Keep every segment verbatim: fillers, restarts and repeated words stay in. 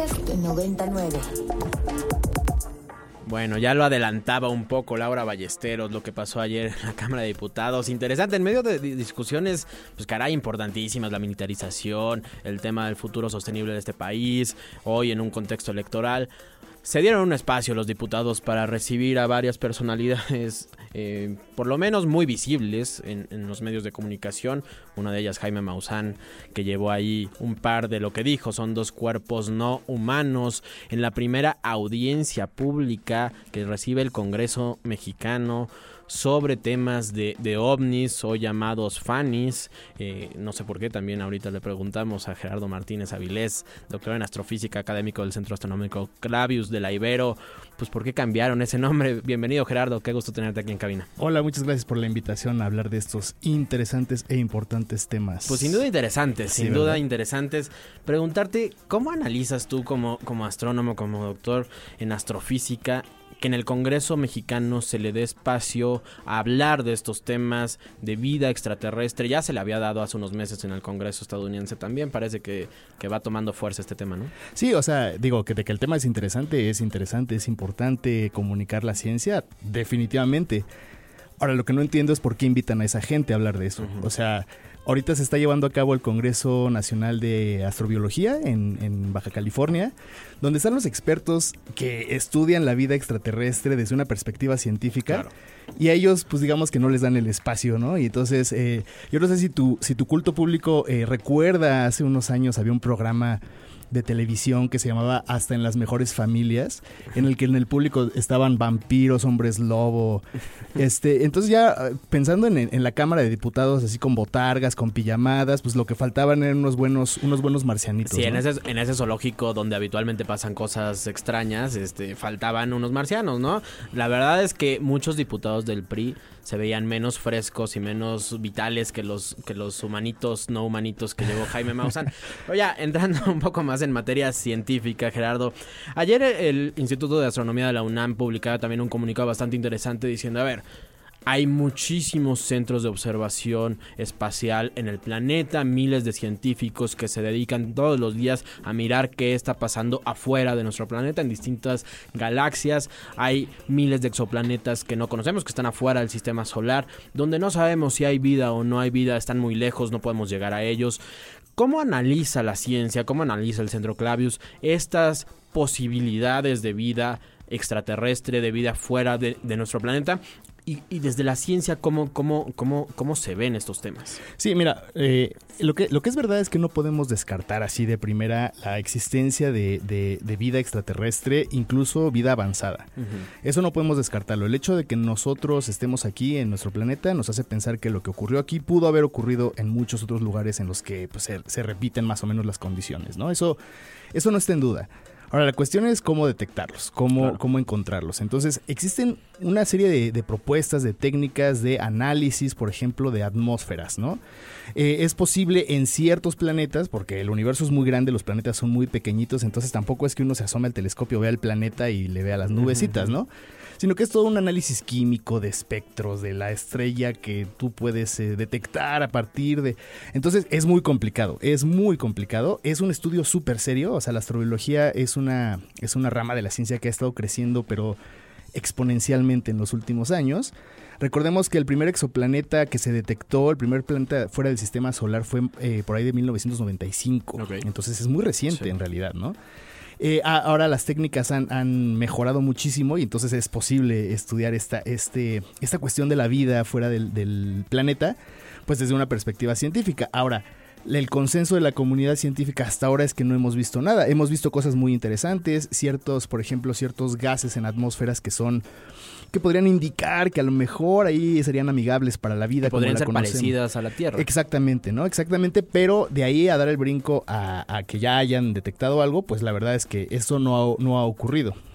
Podcast noventa y nueve. Bueno, ya lo adelantaba un poco Laura Ballesteros, lo que pasó ayer en la Cámara de Diputados. Interesante, en medio de discusiones, pues caray, importantísimas, la militarización, el tema del futuro sostenible de este país, hoy en un contexto electoral. Se dieron un espacio los diputados para recibir a varias personalidades, eh, por lo menos muy visibles en, en los medios de comunicación. Una de ellas, Jaime Maussan, que llevó ahí un par de lo que dijo, son dos cuerpos no humanos. En la primera audiencia pública que recibe el Congreso mexicano sobre temas de, de ovnis o llamados FANIs, eh, no sé por qué, también ahorita le preguntamos a Gerardo Martínez Avilés, doctor en astrofísica, académico del Centro Astronómico Clavius de la Ibero, pues por qué cambiaron ese nombre. Bienvenido, Gerardo, qué gusto tenerte aquí en cabina. Hola, muchas gracias por la invitación a hablar de estos interesantes e importantes temas. Pues sin duda interesantes, Sí, sin ¿verdad? duda interesantes. Preguntarte, ¿cómo analizas tú como, como astrónomo, como doctor en astrofísica, que en el Congreso mexicano se le dé espacio a hablar de estos temas de vida extraterrestre? Ya se le había dado hace unos meses en el Congreso estadounidense también, parece que, que va tomando fuerza este tema, ¿no? Sí, o sea, digo que de que el tema es interesante, es interesante, es importante comunicar la ciencia, definitivamente. Ahora, lo que no entiendo es por qué invitan a esa gente a hablar de eso. Uh-huh. O sea, ahorita se está llevando a cabo el Congreso Nacional de Astrobiología en, en Baja California, donde están los expertos que estudian la vida extraterrestre desde una perspectiva científica. Claro. Y a ellos, pues digamos que no les dan el espacio, ¿no? Y entonces, eh, yo no sé si tu, si tu culto público eh, recuerda, hace unos años había un programa de televisión que se llamaba Hasta en las Mejores Familias, en el que en el público estaban vampiros, hombres lobo. Este, entonces ya pensando en, en la Cámara de Diputados, así con botargas, con pijamadas, pues lo que faltaban eran unos buenos, unos buenos marcianitos. Sí, ¿no? en ese, en ese zoológico donde habitualmente pasan cosas extrañas, este, faltaban unos marcianos, ¿no? La verdad es que muchos diputados del P R I se veían menos frescos y menos vitales que los, que los humanitos, no humanitos que llevó Jaime Maussan. Pero ya, entrando un poco más en materia científica, Gerardo, ayer el Instituto de Astronomía de la UNAM publicaba también un comunicado bastante interesante diciendo, a ver, hay muchísimos centros de observación espacial en el planeta, miles de científicos que se dedican todos los días a mirar qué está pasando afuera de nuestro planeta en distintas galaxias. Hay miles de exoplanetas que no conocemos, que están afuera del sistema solar, donde no sabemos si hay vida o no hay vida, están muy lejos, no podemos llegar a ellos. ¿Cómo analiza la ciencia, cómo analiza el Centro Clavius estas posibilidades de vida extraterrestre, de vida fuera de, de nuestro planeta? Y, y desde la ciencia, ¿cómo, cómo, cómo, cómo se ven estos temas? Sí, mira, eh, lo que, lo que es verdad es que no podemos descartar así de primera la existencia de, de, de vida extraterrestre, incluso vida avanzada. Uh-huh. Eso no podemos descartarlo. El hecho de que nosotros estemos aquí en nuestro planeta nos hace pensar que lo que ocurrió aquí pudo haber ocurrido en muchos otros lugares en los que pues, se, se repiten más o menos las condiciones, ¿no? Eso, eso no está en duda. Ahora, la cuestión es cómo detectarlos, cómo, claro. cómo encontrarlos. Entonces, existen una serie de, de propuestas, de técnicas de análisis, por ejemplo, de atmósferas, ¿no? Eh, es posible en ciertos planetas, porque el universo es muy grande, los planetas son muy pequeñitos, entonces tampoco es que uno se asome al telescopio, vea el planeta y le vea las nubecitas, ¿no? Sino que es todo un análisis químico de espectros de la estrella que tú puedes eh, detectar a partir de... Entonces es muy complicado, es muy complicado, es un estudio súper serio, o sea, la astrobiología es una, es una rama de la ciencia que ha estado creciendo, pero exponencialmente en los últimos años. Recordemos que el primer exoplaneta que se detectó, el primer planeta fuera del sistema solar fue eh, por ahí de mil novecientos noventa y cinco, okay. Entonces es muy reciente, sí, en realidad, ¿no? Eh, ahora las técnicas han, han mejorado muchísimo y entonces es posible estudiar esta, este, esta cuestión de la vida fuera del, del planeta, pues desde una perspectiva científica. Ahora, el consenso de la comunidad científica hasta ahora es que no hemos visto nada. Hemos visto cosas muy interesantes, ciertos, por ejemplo, ciertos gases en atmósferas que son... que podrían indicar que a lo mejor ahí serían amigables para la vida. Que podrían ser conocemos. Parecidas a la Tierra. Exactamente, ¿no? Exactamente, pero de ahí a dar el brinco a, a que ya hayan detectado algo, pues la verdad es que eso no ha, no ha ocurrido.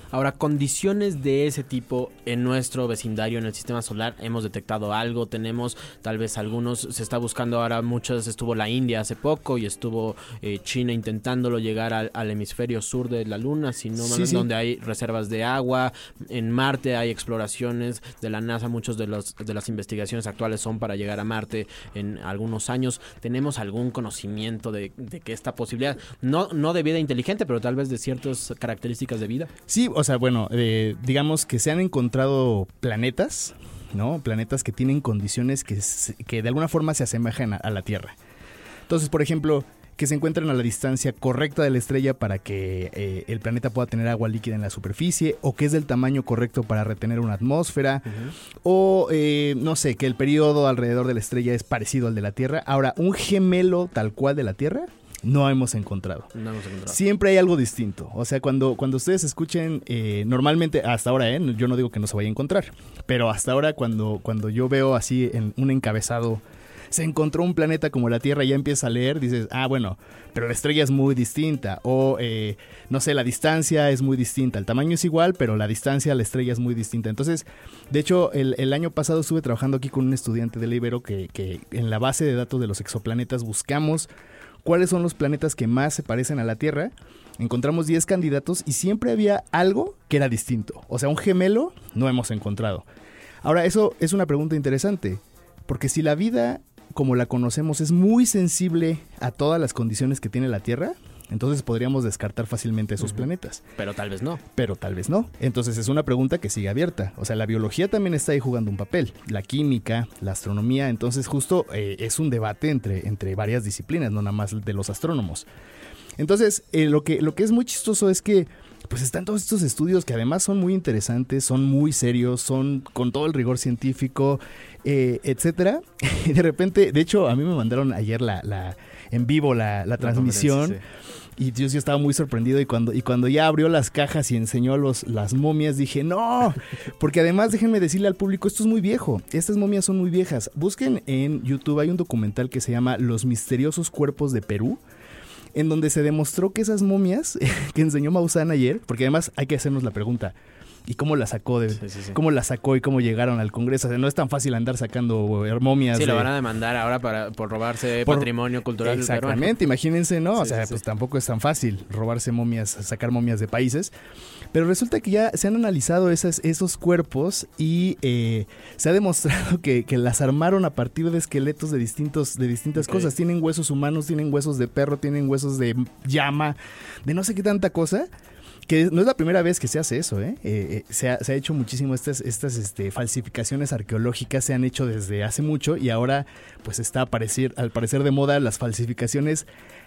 Ahora, condiciones de ese tipo en nuestro vecindario, en el sistema solar, hemos detectado algo, tenemos tal vez algunos, se está buscando ahora muchas, estuvo la India hace poco y estuvo eh, China intentándolo llegar al, al hemisferio sur de la Luna, si no, sí, sí. donde hay reservas de agua, en Marte hay exploraciones de la NASA, muchos de los de las investigaciones actuales son para llegar a Marte en algunos años. ¿Tenemos algún conocimiento de, de que esta posibilidad, no, no de vida inteligente, pero tal vez de ciertas características de vida? Sí, o sea, bueno, eh, digamos que se han encontrado planetas, ¿no? Planetas que tienen condiciones que, que de alguna forma se asemejan a, a la Tierra. Entonces, por ejemplo, que se encuentran a la distancia correcta de la estrella para que eh, el planeta pueda tener agua líquida en la superficie, o que es del tamaño correcto para retener una atmósfera, uh-huh. o eh, no sé, que el periodo alrededor de la estrella es parecido al de la Tierra. Ahora, un gemelo tal cual de la Tierra no hemos encontrado. No hemos encontrado. Siempre hay algo distinto. O sea, cuando, cuando ustedes escuchen, eh, normalmente, hasta ahora, eh, yo no digo que no se vaya a encontrar, pero hasta ahora cuando, cuando yo veo así en un encabezado, se encontró un planeta como la Tierra y ya empieza a leer, dices, ah, bueno, pero la estrella es muy distinta. O, eh, no sé, la distancia es muy distinta. El tamaño es igual, pero la distancia a la estrella es muy distinta. Entonces, de hecho, el, el año pasado estuve trabajando aquí con un estudiante de la Ibero que, que en la base de datos de los exoplanetas buscamos cuáles son los planetas que más se parecen a la Tierra. Encontramos diez candidatos y siempre había algo que era distinto. O sea, un gemelo no hemos encontrado. Ahora, eso es una pregunta interesante, porque si la vida como la conocemos es muy sensible a todas las condiciones que tiene la Tierra, entonces podríamos descartar fácilmente esos uh-huh. planetas. Pero tal vez no. Pero tal vez no. Entonces es una pregunta que sigue abierta. O sea, la biología también está ahí jugando un papel. La química, la astronomía. Entonces justo eh, es un debate entre, entre varias disciplinas, no nada más de los astrónomos. Entonces, eh, lo que, lo que es muy chistoso es que pues están todos estos estudios que además son muy interesantes, son muy serios, son con todo el rigor científico, eh, etcétera. Y de repente, de hecho, a mí me mandaron ayer la, la en vivo la, la transmisión. Sí. Y yo sí estaba muy sorprendido y cuando, y cuando ya abrió las cajas y enseñó los, las momias, dije, no, porque además déjenme decirle al público, esto es muy viejo, estas momias son muy viejas. Busquen en YouTube, hay un documental que se llama Los misteriosos cuerpos de Perú, en donde se demostró que esas momias que enseñó Maussan ayer, porque además hay que hacernos la pregunta, ¿y cómo la sacó? De, sí, sí, sí. ¿Cómo la sacó y cómo llegaron al Congreso? O sea, no es tan fácil andar sacando momias. Sí, de... lo van a demandar ahora para, por robarse por... patrimonio cultural. Exactamente, imagínense, ¿no? Sí, o sea, sí, pues sí. tampoco es tan fácil robarse momias, sacar momias de países. Pero resulta que ya se han analizado esas, esos cuerpos y eh, se ha demostrado que, que las armaron a partir de esqueletos de, distintos, de distintas okay. cosas. Tienen huesos humanos, tienen huesos de perro, tienen huesos de llama, de no sé qué tanta cosa. Que no es la primera vez que se hace eso, ¿eh? eh, eh se, ha, se ha hecho muchísimo, estas, estas este, falsificaciones arqueológicas se han hecho desde hace mucho y ahora pues está a parecer, al parecer de moda las falsificaciones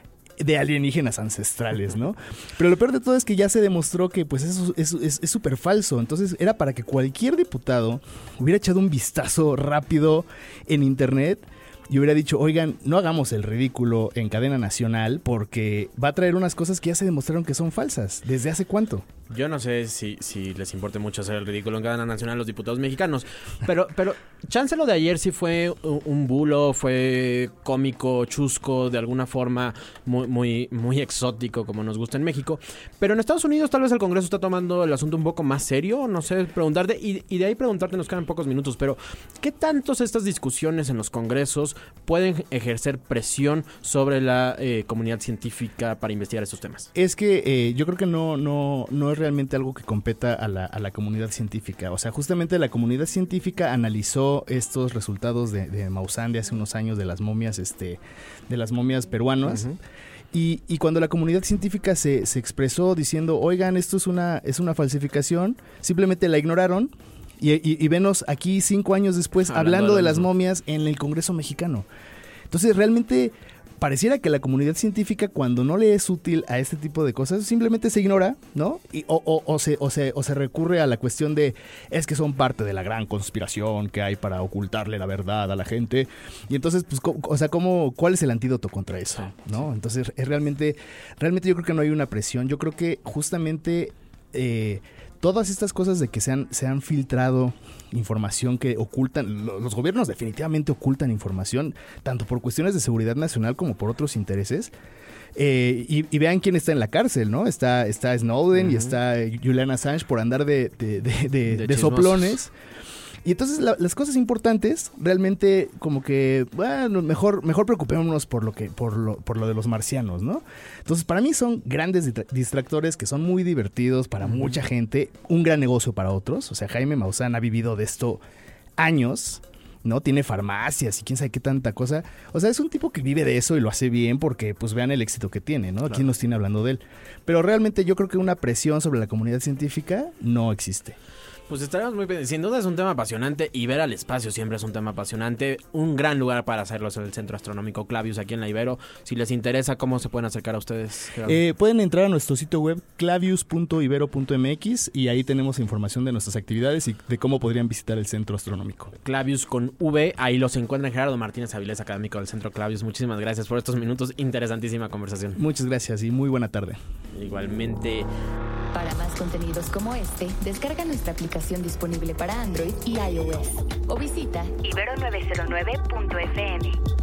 de alienígenas ancestrales, ¿no? Pero lo peor de todo es que ya se demostró que pues eso es súper falso. Entonces era para que cualquier diputado hubiera echado un vistazo rápido en internet y hubiera dicho, oigan, no hagamos el ridículo en cadena nacional porque va a traer unas cosas que ya se demostraron que son falsas. ¿Desde hace cuánto? Yo no sé si, si les importe mucho hacer el ridículo en cadena nacional a los diputados mexicanos, pero, pero chance lo de ayer sí fue un bulo, fue cómico, chusco, de alguna forma muy, muy, muy exótico como nos gusta en México. Pero en Estados Unidos tal vez el Congreso está tomando el asunto un poco más serio, no sé, preguntarte, y, y de ahí preguntarte, nos quedan pocos minutos, pero ¿qué tantos estas discusiones en los congresos pueden ejercer presión sobre la eh, comunidad científica para investigar estos temas? Es que eh, yo creo que no, no, no es realmente algo que competa a la, a la comunidad científica. O sea, justamente la comunidad científica analizó estos resultados de, de Maussan de hace unos años de las momias, este, de las momias peruanas. Uh-huh. Y, y cuando la comunidad científica se, se expresó diciendo, oigan, esto es una, es una falsificación, simplemente la ignoraron. Y, y, y venos aquí cinco años después hablando, hablando de las momias en el Congreso mexicano. Entonces realmente pareciera que la comunidad científica, cuando no le es útil a este tipo de cosas, simplemente se ignora, ¿no? Y, o, o, o, se, o, se, o se recurre a la cuestión de, es que son parte de la gran conspiración que hay para ocultarle la verdad a la gente. Y entonces, pues, o sea, ¿cómo, ¿cuál es el antídoto contra eso? ¿No? Entonces, es realmente, realmente yo creo que no hay una presión. Yo creo que justamente... Eh, todas estas cosas de que se han, se han filtrado información que ocultan, los gobiernos definitivamente ocultan información, tanto por cuestiones de seguridad nacional como por otros intereses. Eh, y, y vean quién está en la cárcel, ¿no? Está, está Snowden uh-huh. y está Julian Assange por andar de, de, de, de, de, de soplones. Y entonces la, las cosas importantes realmente como que, bueno, mejor, mejor preocupémonos por lo que, por lo, por lo de los marcianos, ¿no? Entonces para mí son grandes distractores que son muy divertidos para uh-huh. mucha gente, un gran negocio para otros. O sea, Jaime Maussan ha vivido de esto años, ¿no? Tiene farmacias y quién sabe qué tanta cosa. O sea, es un tipo que vive de eso y lo hace bien porque pues vean el éxito que tiene, ¿no? Claro. ¿Quién nos tiene hablando de él? Pero realmente yo creo que una presión sobre la comunidad científica no existe. Pues estaremos muy pendientes. Sin duda es un tema apasionante y ver al espacio siempre es un tema apasionante. Un gran lugar para hacerlo es el Centro Astronómico Clavius aquí en la Ibero. Si les interesa, ¿cómo se pueden acercar a ustedes? Eh, pueden entrar a nuestro sitio web clavius punto ibero punto m x y ahí tenemos información de nuestras actividades y de cómo podrían visitar el Centro Astronómico. Clavius con V, ahí los encuentran. Gerardo Martínez Avilés, académico del Centro Clavius. Muchísimas gracias por estos minutos. Interesantísima conversación. Muchas gracias y muy buena tarde. Igualmente. Para más contenidos como este, descarga nuestra aplicación disponible para Android y iOS o visita ibero nueve cero nueve punto f m.